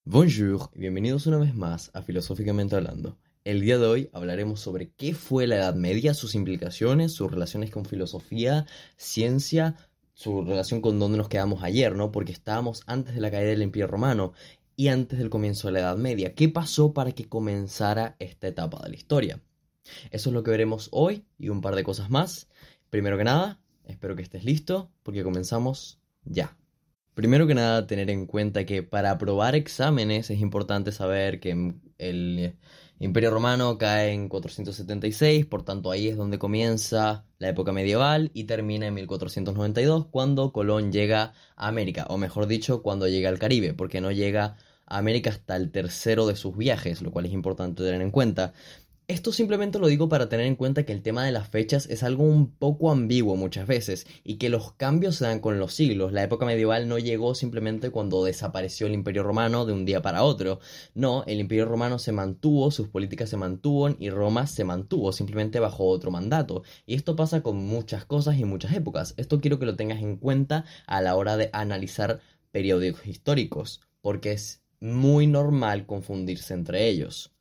Bonjour y bienvenidos una vez más a Filosóficamente Hablando. El día de hoy hablaremos sobre qué fue la Edad Media, sus implicaciones, sus relaciones con filosofía, ciencia, su relación con dónde nos quedamos ayer, ¿no? Porque estábamos antes de la caída del Imperio Romano y antes del comienzo de la Edad Media. ¿Qué pasó para que comenzara esta etapa de la historia? Eso es lo que veremos hoy y un par de cosas más. Primero que nada, espero que estés listo porque comenzamos ya. Primero que nada, tener en cuenta que para aprobar exámenes es importante saber que el Imperio Romano cae en 476, por tanto ahí es donde comienza la época medieval y termina en 1492 cuando Colón llega a América, o mejor dicho, cuando llega al Caribe, porque no llega a América hasta el tercero de sus viajes, lo cual es importante tener en cuenta. Esto simplemente lo digo para tener en cuenta que el tema de las fechas es algo un poco ambiguo muchas veces y que los cambios se dan con los siglos. La época medieval no llegó simplemente cuando desapareció el Imperio Romano de un día para otro. No, el Imperio Romano se mantuvo, sus políticas se mantuvo y Roma se mantuvo simplemente bajo otro mandato. Y esto pasa con muchas cosas y muchas épocas. Esto quiero que lo tengas en cuenta a la hora de analizar periodos históricos, porque es muy normal confundirse entre ellos.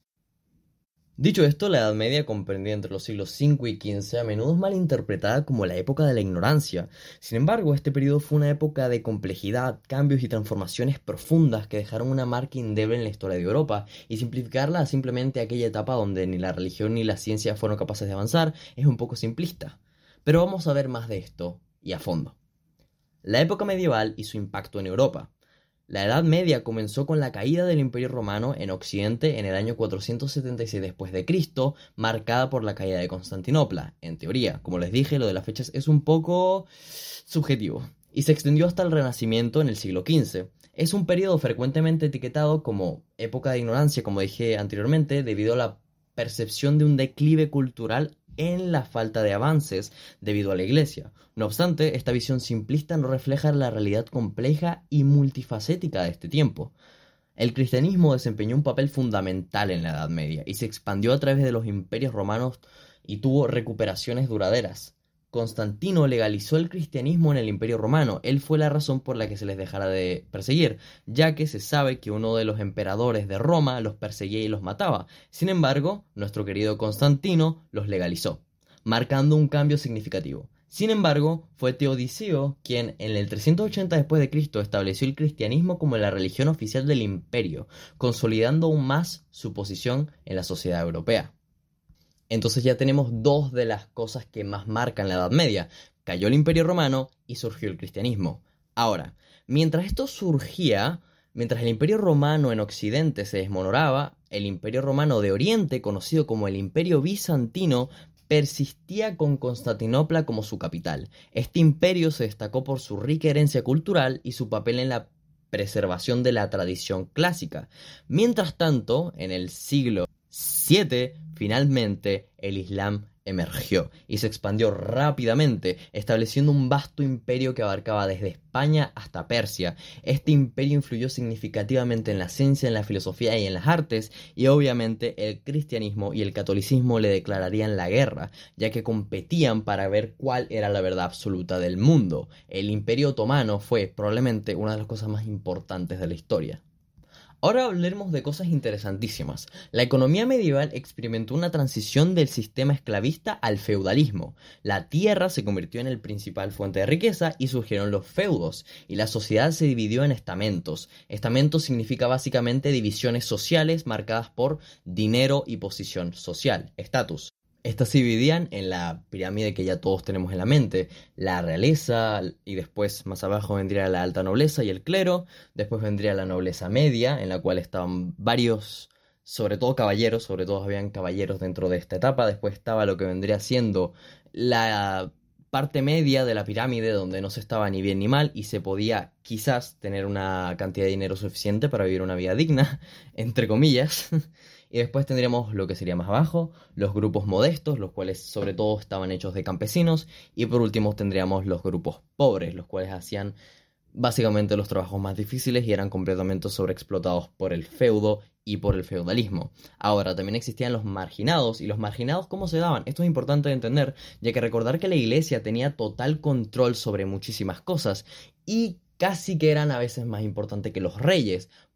Dicho esto, la Edad Media, comprendida entre los siglos V y XV, a menudo es malinterpretada como la época de la ignorancia. Sin embargo, este periodo fue una época de complejidad, cambios y transformaciones profundas que dejaron una marca indeleble en la historia de Europa, y simplificarla a simplemente aquella etapa donde ni la religión ni la ciencia fueron capaces de avanzar es un poco simplista. Pero vamos a ver más de esto, y a fondo. La época medieval y su impacto en Europa. La Edad Media comenzó con la caída del Imperio Romano en Occidente en el año 476 después de Cristo, marcada por la caída de Constantinopla. En teoría, como les dije, lo de las fechas es un poco subjetivo, y se extendió hasta el Renacimiento en el siglo XV. Es un periodo frecuentemente etiquetado como época de ignorancia, como dije anteriormente, debido a la percepción de un declive cultural en la falta de avances debido a la Iglesia. No obstante, esta visión simplista no refleja la realidad compleja y multifacética de este tiempo. El cristianismo desempeñó un papel fundamental en la Edad Media y se expandió a través de los imperios romanos y tuvo recuperaciones duraderas. Constantino legalizó el cristianismo en el Imperio Romano. Él fue la razón por la que se les dejara de perseguir, ya que se sabe que uno de los emperadores de Roma los perseguía y los mataba. Sin embargo, nuestro querido Constantino los legalizó, marcando un cambio significativo. Sin embargo, fue Teodisio quien en el 380 después de Cristo estableció el cristianismo como la religión oficial del imperio, consolidando aún más su posición en la sociedad europea. Entonces ya tenemos dos de las cosas que más marcan la Edad Media. Cayó el Imperio Romano y surgió el cristianismo. Ahora, mientras esto surgía, mientras el Imperio Romano en Occidente se desmoronaba, el Imperio Romano de Oriente, conocido como el Imperio Bizantino, persistía con Constantinopla como su capital. Este imperio se destacó por su rica herencia cultural y su papel en la preservación de la tradición clásica. Mientras tanto, en el siglo VII, finalmente el Islam emergió y se expandió rápidamente, estableciendo un vasto imperio que abarcaba desde España hasta Persia. Este imperio influyó significativamente en la ciencia, en la filosofía y en las artes, y obviamente el cristianismo y el catolicismo le declararían la guerra, ya que competían para ver cuál era la verdad absoluta del mundo. El Imperio Otomano fue probablemente una de las cosas más importantes de la historia. Ahora hablaremos de cosas interesantísimas. La economía medieval experimentó una transición del sistema esclavista al feudalismo. La tierra se convirtió en el principal fuente de riqueza y surgieron los feudos, y la sociedad se dividió en estamentos. Estamentos significa básicamente divisiones sociales marcadas por dinero y posición social, estatus. Estas se dividían en la pirámide que ya todos tenemos en la mente, la realeza, y después más abajo vendría la alta nobleza y el clero, después vendría la nobleza media, en la cual estaban varios, sobre todo caballeros, sobre todo habían caballeros dentro de esta etapa, después estaba lo que vendría siendo la parte media de la pirámide, donde no se estaba ni bien ni mal, y se podía quizás tener una cantidad de dinero suficiente para vivir una vida digna, entre comillas. Y después tendríamos lo que sería más abajo, los grupos modestos, los cuales sobre todo estaban hechos de campesinos. Y por último tendríamos los grupos pobres, los cuales hacían básicamente los trabajos más difíciles y eran completamente sobreexplotados por el feudo y por el feudalismo. Ahora, también existían los marginados. ¿Y los marginados cómo se daban? Esto es importante de entender, ya que recordar que la iglesia tenía total control sobre muchísimas cosas y casi que eran a veces más importantes que los reyes.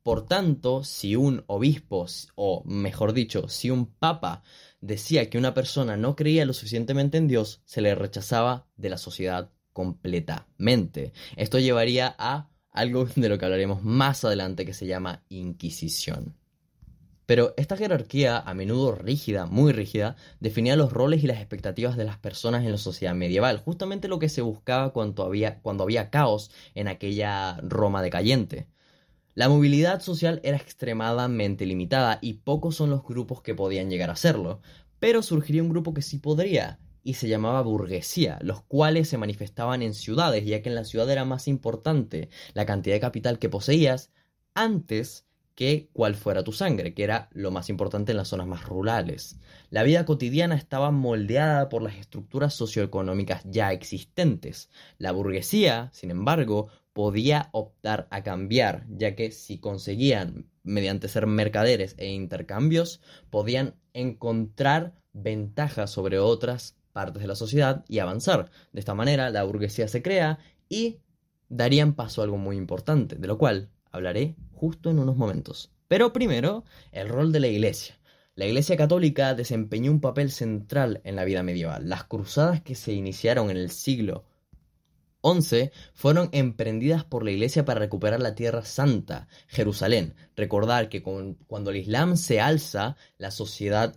Por tanto, si un obispo, o mejor dicho, si un papa decía que una persona no creía lo suficientemente en Dios, se le rechazaba de la sociedad completamente. Esto llevaría a algo de lo que hablaremos más adelante, que se llama Inquisición. Pero esta jerarquía, a menudo rígida, muy rígida, definía los roles y las expectativas de las personas en la sociedad medieval, justamente lo que se buscaba cuando había caos en aquella Roma decayente. La movilidad social era extremadamente limitada y pocos son los grupos que podían llegar a serlo, pero surgiría un grupo que sí podría, y se llamaba burguesía, los cuales se manifestaban en ciudades, ya que en la ciudad era más importante la cantidad de capital que poseías antes que cuál fuera tu sangre, que era lo más importante en las zonas más rurales. La vida cotidiana estaba moldeada por las estructuras socioeconómicas ya existentes. La burguesía, sin embargo, podía optar a cambiar, ya que si conseguían, mediante ser mercaderes e intercambios, podían encontrar ventajas sobre otras partes de la sociedad y avanzar. De esta manera, la burguesía se crea y darían paso a algo muy importante, de lo cual hablaré justo en unos momentos. Pero primero, el rol de la Iglesia. La Iglesia Católica desempeñó un papel central en la vida medieval. Las cruzadas que se iniciaron en el siglo XI fueron emprendidas por la Iglesia para recuperar la Tierra Santa, Jerusalén. Recordar que cuando el Islam se alza, la sociedad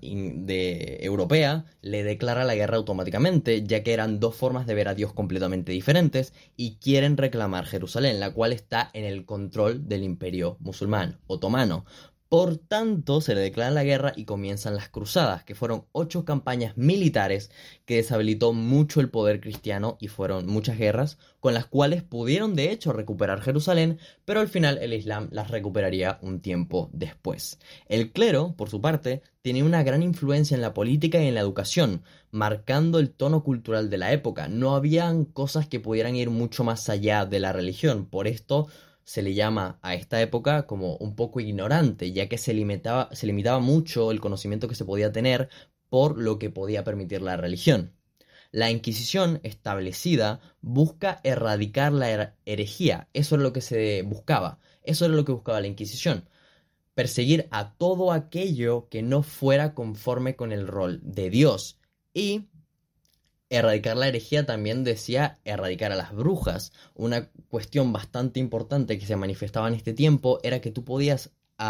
europea le declara la guerra automáticamente, ya que eran dos formas de ver a Dios completamente diferentes y quieren reclamar Jerusalén, la cual está en el control del Imperio musulmán otomano. Por tanto, se le declara la guerra y comienzan las cruzadas, que fueron 8 campañas militares que deshabilitó mucho el poder cristiano y fueron muchas guerras con las cuales pudieron de hecho recuperar Jerusalén, pero al final el Islam las recuperaría un tiempo después. El clero, por su parte, tenía una gran influencia en la política y en la educación, marcando el tono cultural de la época. No habían cosas que pudieran ir mucho más allá de la religión, por esto se le llama a esta época como un poco ignorante, ya que se limitaba mucho el conocimiento que se podía tener por lo que podía permitir la religión. La Inquisición establecida busca erradicar la herejía, eso es lo que se buscaba, eso era lo que buscaba la Inquisición, perseguir a todo aquello que no fuera conforme con el rol de Dios. Y erradicar la herejía también decía erradicar a las brujas. Una cuestión bastante importante que se manifestaba en este tiempo era que tú podías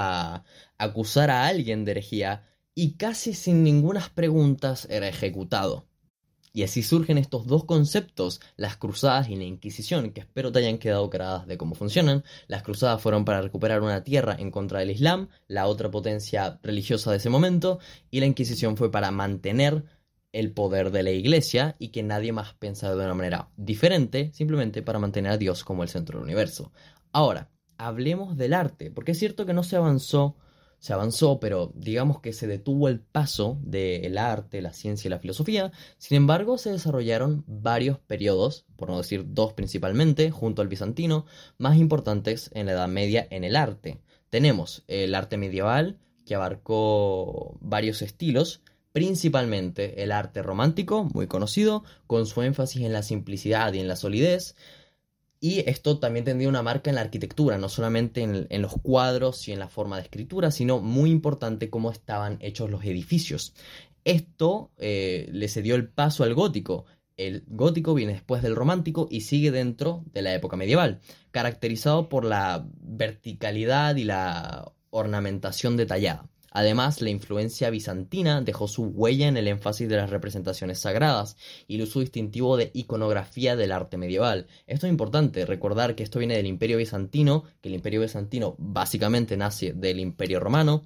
acusar a alguien de herejía y casi sin ningunas preguntas era ejecutado. Y así surgen estos dos conceptos, las cruzadas y la Inquisición, que espero te hayan quedado claras de cómo funcionan. Las cruzadas fueron para recuperar una tierra en contra del Islam, la otra potencia religiosa de ese momento, y la Inquisición fue para mantener el poder de la Iglesia y que nadie más pensara de una manera diferente, simplemente para mantener a Dios como el centro del universo. Ahora, hablemos del arte, porque es cierto que no se avanzó, pero digamos que se detuvo el paso del arte, la ciencia y la filosofía. Sin embargo, se desarrollaron varios periodos, por no decir dos principalmente, junto al bizantino, más importantes en la Edad Media en el arte. Tenemos el arte medieval, que abarcó varios estilos, principalmente el arte romántico, muy conocido, con su énfasis en la simplicidad y en la solidez. Y esto también tendría una marca en la arquitectura, no solamente en los cuadros y en la forma de escritura, sino muy importante cómo estaban hechos los edificios. Esto le cedió el paso al gótico. El gótico viene después del romántico y sigue dentro de la época medieval, caracterizado por la verticalidad y la ornamentación detallada. Además, la influencia bizantina dejó su huella en el énfasis de las representaciones sagradas y el uso distintivo de iconografía del arte medieval. Esto es importante, recordar que esto viene del Imperio Bizantino, que el Imperio Bizantino básicamente nace del Imperio Romano,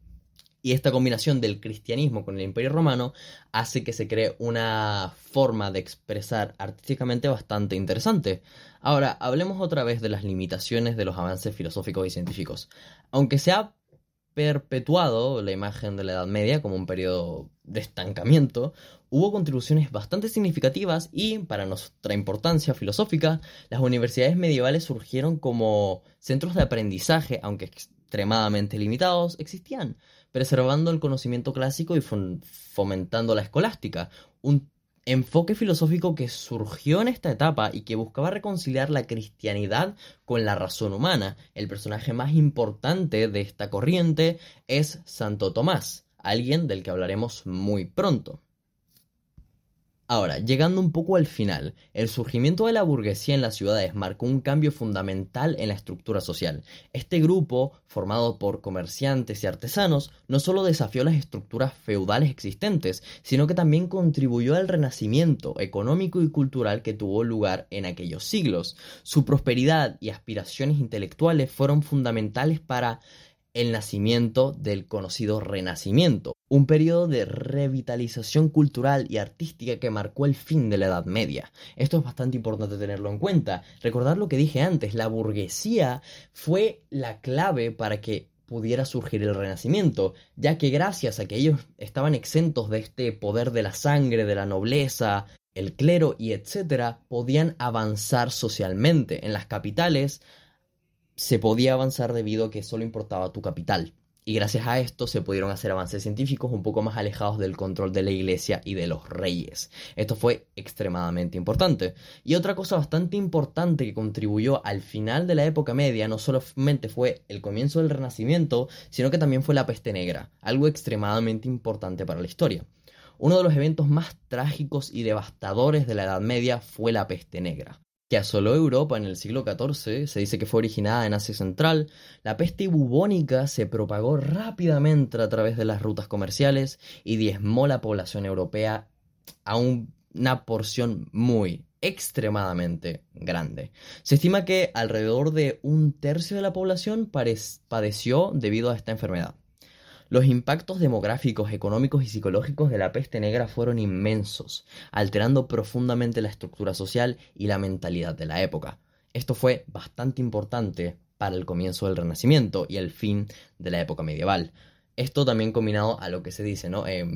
y esta combinación del cristianismo con el Imperio Romano hace que se cree una forma de expresar artísticamente bastante interesante. Ahora, hablemos otra vez de las limitaciones de los avances filosóficos y científicos. Aunque se ha perpetuado la imagen de la Edad Media como un periodo de estancamiento, hubo contribuciones bastante significativas y, para nuestra importancia filosófica, las universidades medievales surgieron como centros de aprendizaje, aunque extremadamente limitados, existían, preservando el conocimiento clásico y fomentando la escolástica. Enfoque filosófico que surgió en esta etapa y que buscaba reconciliar la cristianidad con la razón humana. El personaje más importante de esta corriente es Santo Tomás, alguien del que hablaremos muy pronto. Ahora, llegando un poco al final, el surgimiento de la burguesía en las ciudades marcó un cambio fundamental en la estructura social. Este grupo, formado por comerciantes y artesanos, no solo desafió las estructuras feudales existentes, sino que también contribuyó al renacimiento económico y cultural que tuvo lugar en aquellos siglos. Su prosperidad y aspiraciones intelectuales fueron fundamentales para el nacimiento del conocido Renacimiento, un periodo de revitalización cultural y artística que marcó el fin de la Edad Media. Esto es bastante importante tenerlo en cuenta. Recordar lo que dije antes, la burguesía fue la clave para que pudiera surgir el Renacimiento, ya que gracias a que ellos estaban exentos de este poder de la sangre, de la nobleza, el clero y etcétera, podían avanzar socialmente. En las capitales se podía avanzar debido a que solo importaba tu capital. Y gracias a esto se pudieron hacer avances científicos un poco más alejados del control de la iglesia y de los reyes. Esto fue extremadamente importante. Y otra cosa bastante importante que contribuyó al final de la época media no solamente fue el comienzo del Renacimiento, sino que también fue la peste negra, algo extremadamente importante para la historia. Uno de los eventos más trágicos y devastadores de la Edad Media fue la peste negra, que asoló Europa en el siglo XIV. Se dice que fue originada en Asia Central. La peste bubónica se propagó rápidamente a través de las rutas comerciales y diezmó la población europea a una porción extremadamente grande. Se estima que alrededor de un tercio de la población padeció debido a esta enfermedad. Los impactos demográficos, económicos y psicológicos de la peste negra fueron inmensos, alterando profundamente la estructura social y la mentalidad de la época. Esto fue bastante importante para el comienzo del Renacimiento y el fin de la época medieval. Esto también combinado a lo que se dice, ¿no? En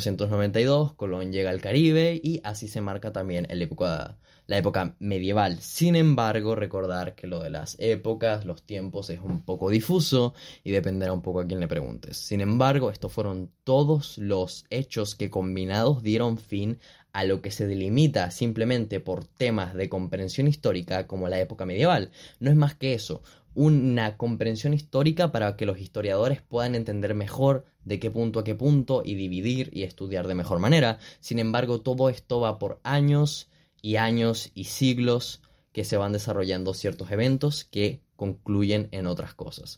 1492 Colón llega al Caribe y así se marca también la época medieval. Sin embargo, recordar que lo de las épocas, los tiempos es un poco difuso y dependerá un poco a quién le preguntes. Sin embargo, estos fueron todos los hechos que combinados dieron fin a lo que se delimita simplemente por temas de comprensión histórica como la época medieval. No es más que eso, una comprensión histórica para que los historiadores puedan entender mejor de qué punto a qué punto y dividir y estudiar de mejor manera. Sin embargo, todo esto va por años y siglos que se van desarrollando ciertos eventos que concluyen en otras cosas.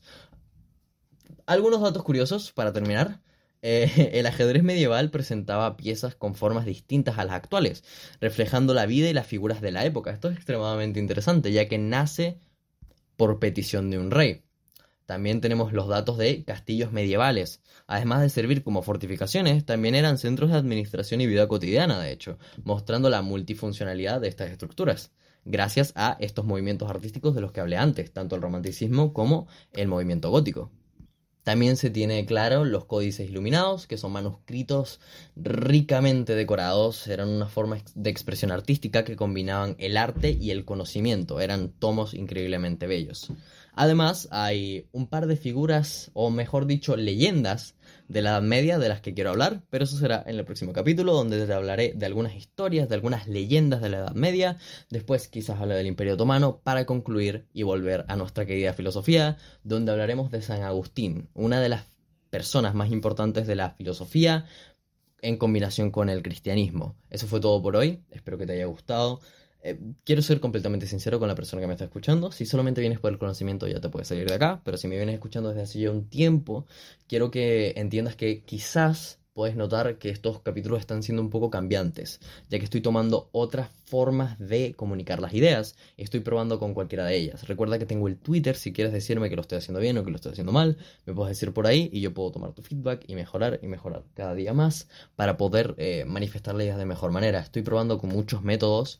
Algunos datos curiosos para terminar. El ajedrez medieval presentaba piezas con formas distintas a las actuales, reflejando la vida y las figuras de la época. Esto es extremadamente interesante, ya que nace por petición de un rey. También tenemos los datos de castillos medievales. Además de servir como fortificaciones, también eran centros de administración y vida cotidiana, de hecho, mostrando la multifuncionalidad de estas estructuras, gracias a estos movimientos artísticos de los que hablé antes, tanto el romanticismo como el movimiento gótico. También se tiene claro los códices iluminados, que son manuscritos ricamente decorados, eran una forma de expresión artística que combinaban el arte y el conocimiento, eran tomos increíblemente bellos. Además, hay un par de figuras, o mejor dicho, leyendas de la Edad Media de las que quiero hablar, pero eso será en el próximo capítulo, donde te hablaré de algunas historias, de algunas leyendas de la Edad Media. Después quizás hablaré del Imperio Otomano para concluir y volver a nuestra querida filosofía, donde hablaremos de San Agustín, una de las personas más importantes de la filosofía en combinación con el cristianismo. Eso fue todo por hoy, espero que te haya gustado. Quiero ser completamente sincero con la persona que me está escuchando. Si solamente vienes por el conocimiento ya te puedes salir de acá, pero si me vienes escuchando desde hace ya un tiempo, quiero que entiendas que quizás puedes notar que estos capítulos están siendo un poco cambiantes, ya que estoy tomando otras formas de comunicar las ideas y estoy probando con cualquiera de ellas. Recuerda que tengo el Twitter, si quieres decirme que lo estoy haciendo bien o que lo estoy haciendo mal, me puedes decir por ahí y yo puedo tomar tu feedback y mejorar cada día más para poder manifestar las ideas de mejor manera. Estoy probando con muchos métodos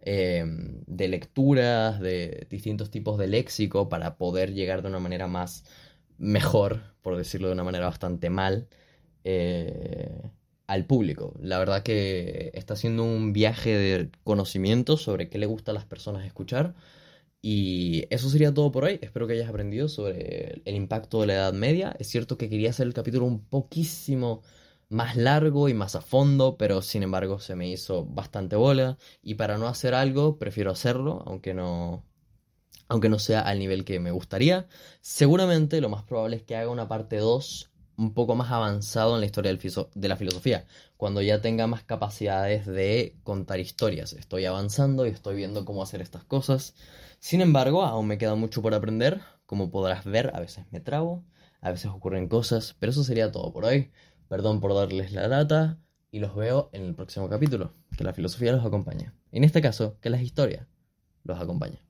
de lecturas, de distintos tipos de léxico para poder llegar de una manera más mejor, por decirlo de una manera bastante mal, al público. La verdad que está siendo un viaje de conocimiento sobre qué le gusta a las personas escuchar. Y eso sería todo por hoy. Espero que hayas aprendido sobre el impacto de la Edad Media. Es cierto que quería hacer el capítulo un poquísimo más largo y más a fondo, pero sin embargo se me hizo bastante bola. Y para no hacer algo, prefiero hacerlo, aunque no sea al nivel que me gustaría. Seguramente lo más probable es que haga una parte 2 un poco más avanzado en la historia de la filosofía, cuando ya tenga más capacidades de contar historias. Estoy avanzando y estoy viendo cómo hacer estas cosas. Sin embargo, aún me queda mucho por aprender. Como podrás ver, a veces me trabo, a veces ocurren cosas, pero eso sería todo por hoy. Perdón por darles la lata y los veo en el próximo capítulo. Que la filosofía los acompañe. En este caso, que las historias los acompañen.